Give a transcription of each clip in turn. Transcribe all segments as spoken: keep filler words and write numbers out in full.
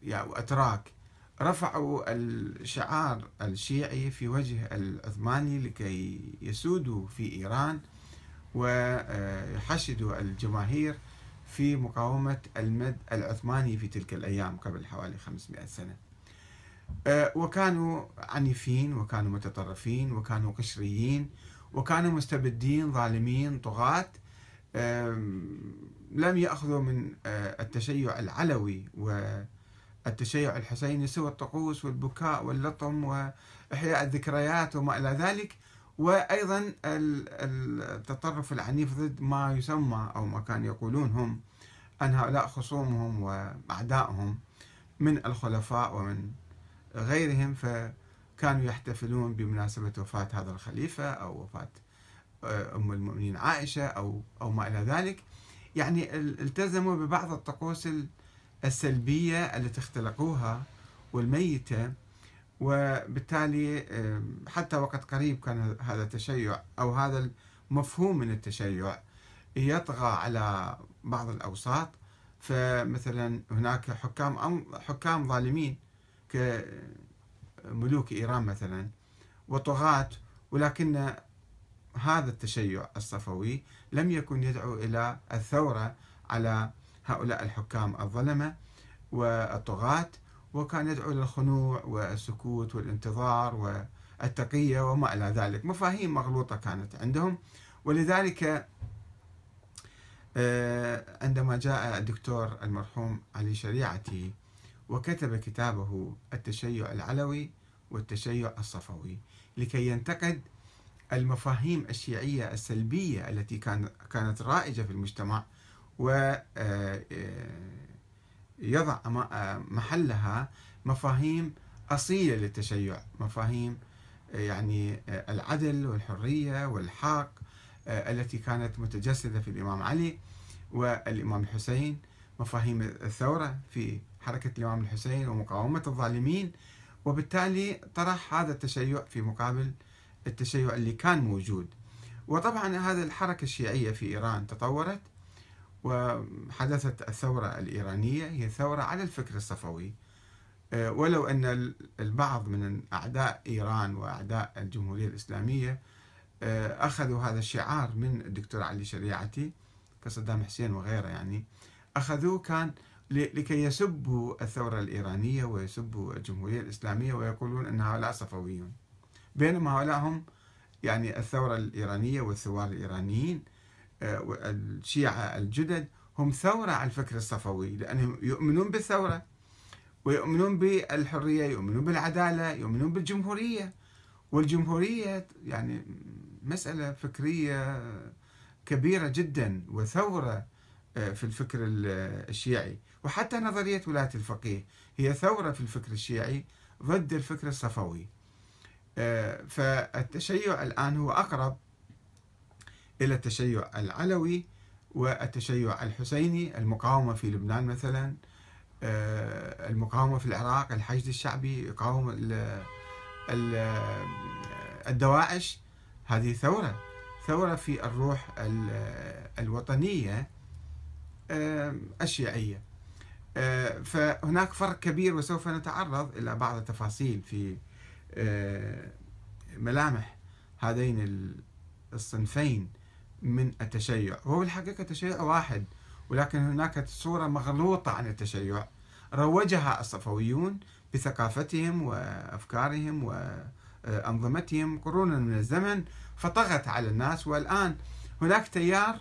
يعني أتراك رفعوا الشعار الشيعي في وجه العثماني لكي يسودوا في إيران ويحشدوا الجماهير في مقاومة المد العثماني في تلك الأيام قبل حوالي خمسمائة سنة. وكانوا عنيفين وكانوا متطرفين وكانوا قشريين وكانوا مستبدين ظالمين طغاة، لم يأخذوا من التشيع العلوي والتشيع الحسيني سوى الطقوس والبكاء واللطم وإحياء الذكريات وما إلى ذلك، وأيضا التطرف العنيف ضد ما يسمى أو ما كانوا يقولون هم أن هؤلاء خصومهم وأعدائهم من الخلفاء ومن غيرهم، فكانوا يحتفلون بمناسبة وفاة هذا الخليفة أو وفاة أم المؤمنين عائشة أو أو ما إلى ذلك. يعني التزموا ببعض الطقوس السلبية التي اختلقوها والميتة، وبالتالي حتى وقت قريب كان هذا التشيع أو هذا المفهوم من التشيع يطغى على بعض الأوساط. فمثلا هناك حكام حكام ظالمين كملوك إيران مثلا وطغاة، ولكن هذا التشيع الصفوي لم يكن يدعو إلى الثورة على هؤلاء الحكام الظلمة والطغاة، وكان يدعو إلى الخنوع والسكوت والانتظار والتقية وما إلى ذلك. مفاهيم مغلوطة كانت عندهم. ولذلك عندما جاء الدكتور المرحوم علي شريعتي وكتب كتابه التشيع العلوي والتشيع الصفوي لكي ينتقد المفاهيم الشيعية السلبية التي كانت رائجة في المجتمع ويضع محلها مفاهيم أصيلة للتشيع، مفاهيم يعني العدل والحرية والحق التي كانت متجسدة في الإمام علي والإمام الحسين، مفاهيم الثورة في حركة الإمام الحسين ومقاومة الظالمين. وبالتالي طرح هذا التشيع في مقابل التشيع اللي كان موجود. وطبعا هذه الحركة الشيعية في إيران تطورت وحدثت الثورة الإيرانية، هي ثورة على الفكر الصفوي، ولو أن البعض من أعداء إيران وأعداء الجمهورية الإسلامية أخذوا هذا الشعار من الدكتور علي شريعتي كصدام حسين وغيره، يعني أخذوه كان لكي يسبوا الثورة الإيرانية ويسبوا الجمهورية الإسلامية ويقولون أن هؤلاء صفويون، بينما هؤلاء هم يعني الثورة الإيرانية والثوار الإيرانيين والشيعة الجدد هم ثورة على الفكر الصفوي، لأنهم يؤمنون بالثورة ويؤمنون بالحرية، يؤمنون بالعدالة، يؤمنون بالجمهورية. والجمهورية يعني مسألة فكرية كبيرة جدا وثورة في الفكر الشيعي. وحتى نظرية ولاية الفقيه هي ثورة في الفكر الشيعي ضد الفكر الصفوي. فالتشيع الآن هو أقرب إلى التشيع العلوي والتشيع الحسيني، المقاومة في لبنان مثلا، المقاومة في العراق، الحشد الشعبي يقاوم الدواعش. هذه ثورة ثورة في الروح الوطنية الشيعية. فهناك فرق كبير، وسوف نتعرض إلى بعض التفاصيل في ملامح هذين الصنفين من التشيع. هو بالحقيقة تشيع واحد، ولكن هناك صورة مغلوطة عن التشيع روجها الصفويون بثقافتهم وأفكارهم وأنظمتهم قرونا من الزمن، فطغت على الناس. والآن هناك تيار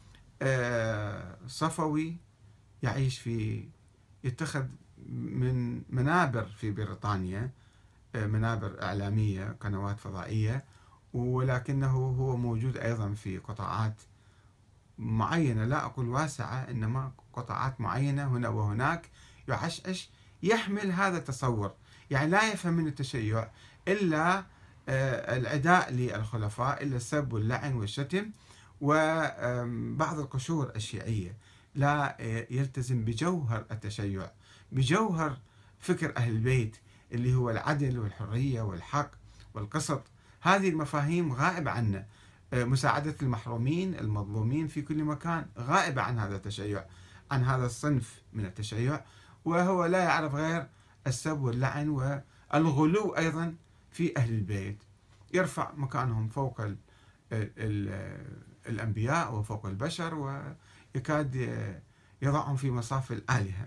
صفوي يعيش في يتخذ من منابر في بريطانيا، منابر إعلامية، قنوات فضائية، ولكنه هو موجود أيضا في قطاعات معينة، لا أقول واسعة، إنما قطاعات معينة هنا وهناك، يعشعش يحمل هذا التصور. يعني لا يفهم من التشيع إلا العداء للخلفاء، إلا السب واللعن والشتم وبعض القشور الشيعية، لا يلتزم بجوهر التشيع، بجوهر فكر أهل البيت اللي هو العدل والحرية والحق والقسط. هذه المفاهيم غائبة عنا. مساعدة المحرومين المظلومين في كل مكان غائبة عن هذا التشيع، عن هذا الصنف من التشيع. وهو لا يعرف غير السب واللعن والغلو أيضا في أهل البيت، يرفع مكانهم فوق ال ال الأنبياء وفوق البشر، ويكاد يضعهم في مصاف الآلهة.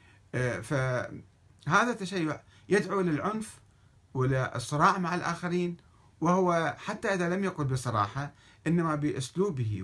فهذا التشيع يدعو للعنف وللصراع مع الآخرين، وهو حتى إذا لم يقل بصراحة إنما بأسلوبه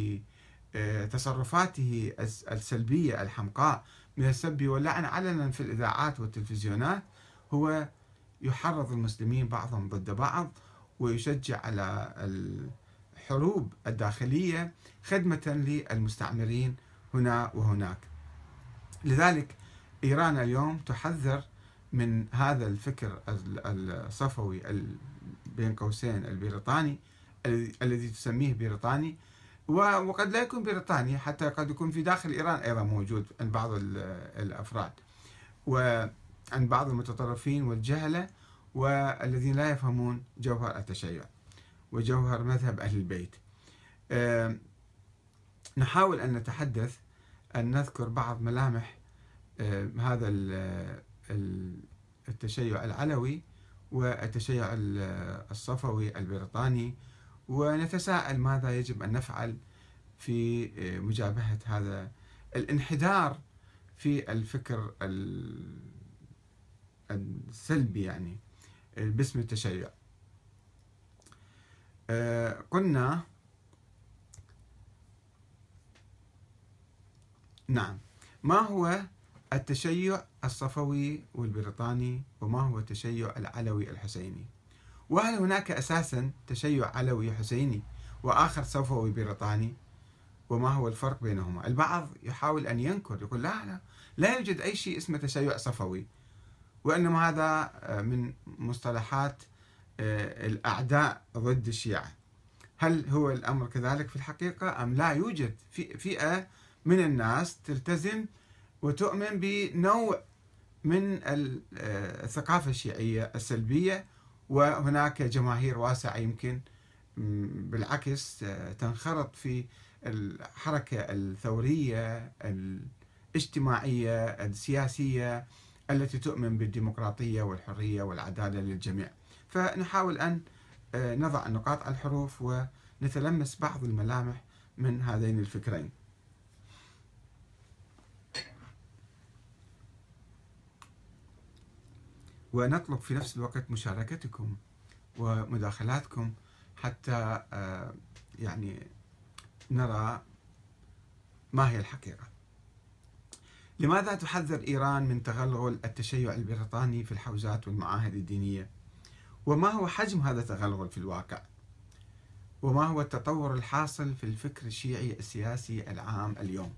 وبتصرفاته السلبية الحمقاء من السب واللعن علنا في الإذاعات والتلفزيونات، هو يحرض المسلمين بعضهم ضد بعض، ويشجع على الحروب الداخلية خدمة للمستعمرين هنا وهناك. لذلك إيران اليوم تحذر من هذا الفكر الصفوي بين قوسين البريطاني الذي تسميه بريطاني، وقد لا يكون بريطاني، حتى قد يكون في داخل إيران أيضا موجود عند بعض الأفراد وعند بعض المتطرفين والجهلة والذين لا يفهمون جوهر التشيع وجوهر مذهب أهل البيت. نحاول أن نتحدث أن نذكر بعض ملامح هذا التشيع العلوي والتشيع الصفوي البريطاني، ونتساءل ماذا يجب أن نفعل في مجابهة هذا الانحدار في الفكر السلبي يعني باسم التشيع. قلنا نعم، ما هو التشيع الصفوي والبريطاني وما هو التشيع العلوي الحسيني؟ وهل هناك أساسا تشيع علوي حسيني وآخر صفوي بريطاني؟ وما هو الفرق بينهما؟ البعض يحاول أن ينكر، يقول لا لا لا يوجد أي شيء اسمه تشيع صفوي، وإنما هذا من مصطلحات الأعداء ضد الشيعة. هل هو الأمر كذلك في الحقيقة أم لا؟ يوجد فئة من الناس تلتزم وتؤمن بنوع من الثقافة الشيعية السلبية، وهناك جماهير واسعة يمكن بالعكس تنخرط في الحركة الثورية الاجتماعية السياسية التي تؤمن بالديمقراطية والحرية والعدالة للجميع. فنحاول أن نضع النقاط على الحروف ونتلمس بعض الملامح من هذين الفكرين. ونطلب في نفس الوقت مشاركتكم ومداخلاتكم حتى يعني نرى ما هي الحقيقة. لماذا تحذر إيران من تغلغل التشيع البريطاني في الحوزات والمعاهد الدينية؟ وما هو حجم هذا التغلغل في الواقع؟ وما هو التطور الحاصل في الفكر الشيعي السياسي العام اليوم؟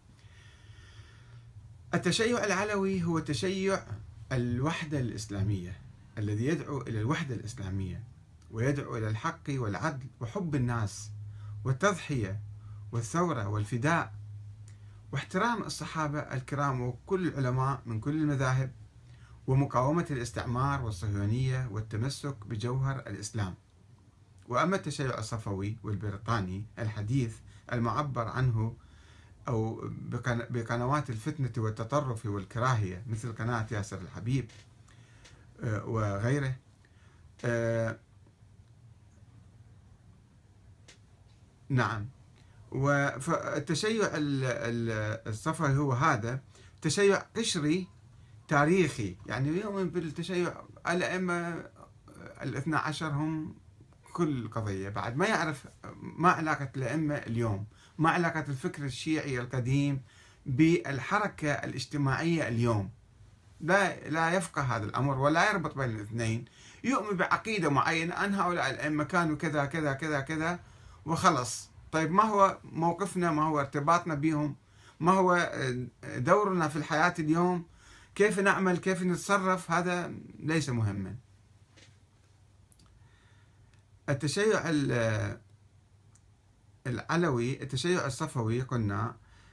التشيع العلوي هو تشيع الوحدة الإسلامية الذي يدعو إلى الوحدة الإسلامية، ويدعو إلى الحق والعدل وحب الناس والتضحية والثورة والفداء واحترام الصحابة الكرام وكل العلماء من كل المذاهب، ومقاومة الاستعمار والصهيونية والتمسك بجوهر الإسلام. وأما التشيع الصفوي والبريطاني الحديث المعبر عنه أو بقنوات الفتنة والتطرف والكراهية مثل قناة ياسر الحبيب وغيره، نعم. والتشيع الصفوي هو هذا تشيع قشري تاريخي، يعني يؤمن بالتشيع الأئمة الاثنى عشر هم كل قضية، بعد ما يعرف ما علاقة الأئمة اليوم، ما علاقة الفكر الشيعي القديم بالحركة الاجتماعية اليوم، لا لا يفقه هذا الأمر ولا يربط بين الاثنين. يؤمن بعقيدة معينة أن هؤلاء الأئمة كانوا كذا كذا كذا كذا وخلص. طيب ما هو موقفنا؟ ما هو ارتباطنا بهم؟ ما هو دورنا في الحياة اليوم؟ كيف نعمل؟ كيف نتصرف؟ هذا ليس مهما. التشيع العلوي التشيع الصفوي قلنا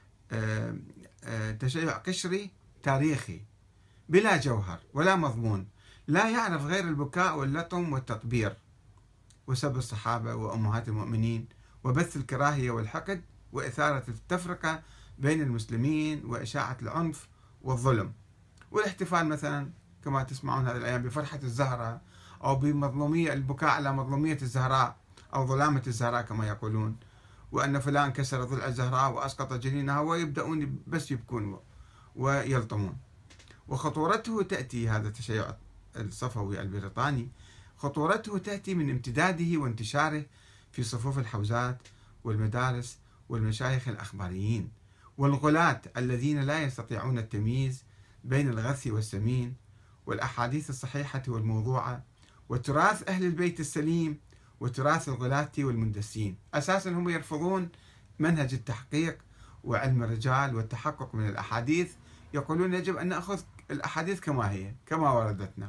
تشيع قشري تاريخي بلا جوهر ولا مضمون، لا يعرف غير البكاء واللطم والتطبير وسب الصحابة وأمهات المؤمنين وبث الكراهية والحقد وإثارة التفرقة بين المسلمين وإشاعة العنف والظلم، والاحتفال مثلا كما تسمعون هذه الأيام بفرحة الزهرة، أو بمظلومية البكاء على مظلومية الزهراء أو ظلامة الزهراء كما يقولون، وأن فلان كسر ضلع الزهراء وأسقط جنينها، ويبدأون بس يبكون ويلطمون. وخطورته تأتي، هذا التشيع الصفوي البريطاني خطورته تأتي من امتداده وانتشاره في صفوف الحوزات والمدارس والمشايخ الأخباريين والغلاة الذين لا يستطيعون التمييز بين الغث والسمين والأحاديث الصحيحة والموضوعة وتراث أهل البيت السليم وتراث الغلاة والمندسين. أساسا هم يرفضون منهج التحقيق وعلم الرجال والتحقق من الأحاديث، يقولون يجب أن نأخذ الأحاديث كما هي كما وردتنا.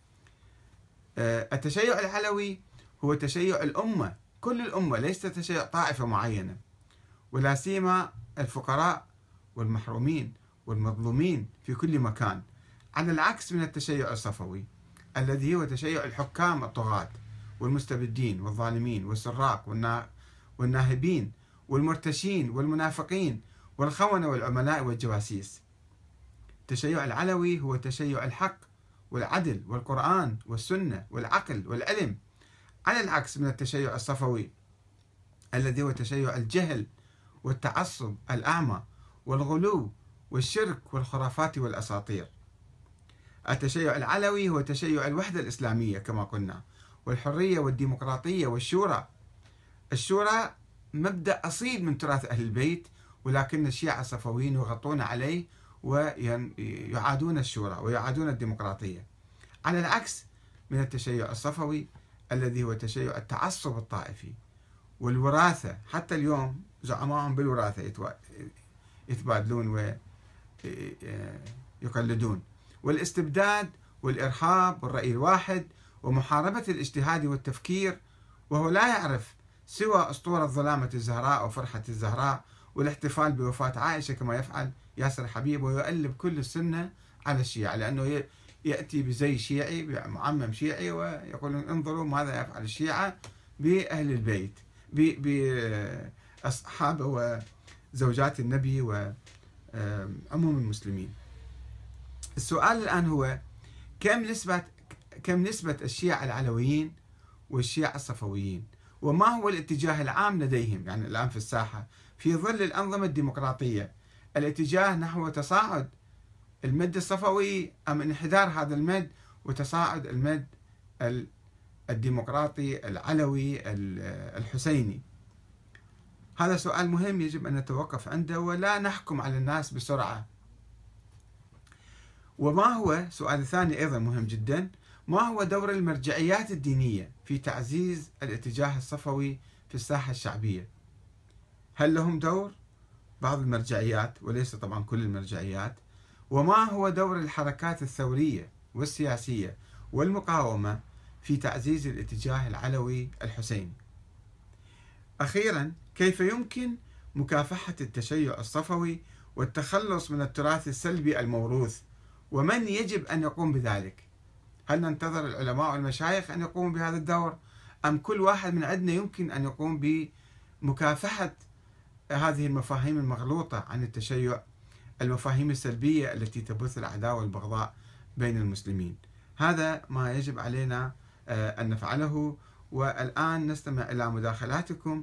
التشيع العلوي هو تشيع الأمة، كل الأمة، ليس تشيع طائفة معينة، ولا سيما الفقراء والمحرومين والمظلومين في كل مكان، على العكس من التشيع الصفوي الذي هو تشيع الحكام الطغاة والمستبدين والظالمين والسراق والناهبين والمرتشين والمنافقين والخونة والعملاء والجواسيس. التشيع العلوي هو تشيع الحق والعدل والقرآن والسنة والعقل والعلم، على العكس من التشيع الصفوي الذي هو تشيع الجهل والتعصب الأعمى والغلو والشرك والخرافات والأساطير. التشيع العلوي هو تشيع الوحدة الإسلامية كما قلنا، والحرية والديمقراطية والشورى. الشورى مبدأ أصيل من تراث أهل البيت، ولكن الشيعة الصفويين يغطون عليه ويعادون الشورى ويعادون الديمقراطية، على العكس من التشيع الصفوي الذي هو تشيع التعصب الطائفي والوراثة. حتى اليوم زعمائهم بالوراثة يتبادلون ويقلدون، والاستبداد والإرهاب والرأي الواحد ومحاربة الاجتهاد والتفكير، وهو لا يعرف سوى أسطورة ظلامة الزهراء وفرحة الزهراء والاحتفال بوفاة عائشة كما يفعل ياسر حبيب، ويؤلب كل السنة على الشيعة، لأنه يأتي بزي شيعي معمم شيعي ويقول انظروا ماذا يفعل الشيعة بأهل البيت، بأصحابه وزوجات النبي وعموم المسلمين. السؤال الآن هو كم نسبة كم نسبة الشيعة العلويين والشيعة الصفويين، وما هو الاتجاه العام لديهم يعني الآن في الساحة في ظل الأنظمة الديمقراطية؟ الاتجاه نحو تصاعد المد الصفوي أم انحدار هذا المد وتصاعد المد الديمقراطي العلوي الحسيني؟ هذا سؤال مهم يجب أن نتوقف عنده ولا نحكم على الناس بسرعة. وما هو سؤال ثاني أيضا مهم جدا، ما هو دور المرجعيات الدينية في تعزيز الاتجاه الصفوي في الساحة الشعبية؟ هل لهم دور؟ بعض المرجعيات وليس طبعا كل المرجعيات. وما هو دور الحركات الثورية والسياسية والمقاومة في تعزيز الاتجاه العلوي الحسيني؟ أخيرا، كيف يمكن مكافحة التشيع الصفوي والتخلص من التراث السلبي الموروث، ومن يجب أن يقوم بذلك؟ هل ننتظر العلماء والمشايخ أن يقوموا بهذا الدور، أم كل واحد من عندنا يمكن أن يقوم بمكافحة هذه المفاهيم المغلوطة عن التشيع، المفاهيم السلبية التي تبث العداوة والبغضاء بين المسلمين؟ هذا ما يجب علينا أن نفعله. والآن نستمع إلى مداخلاتكم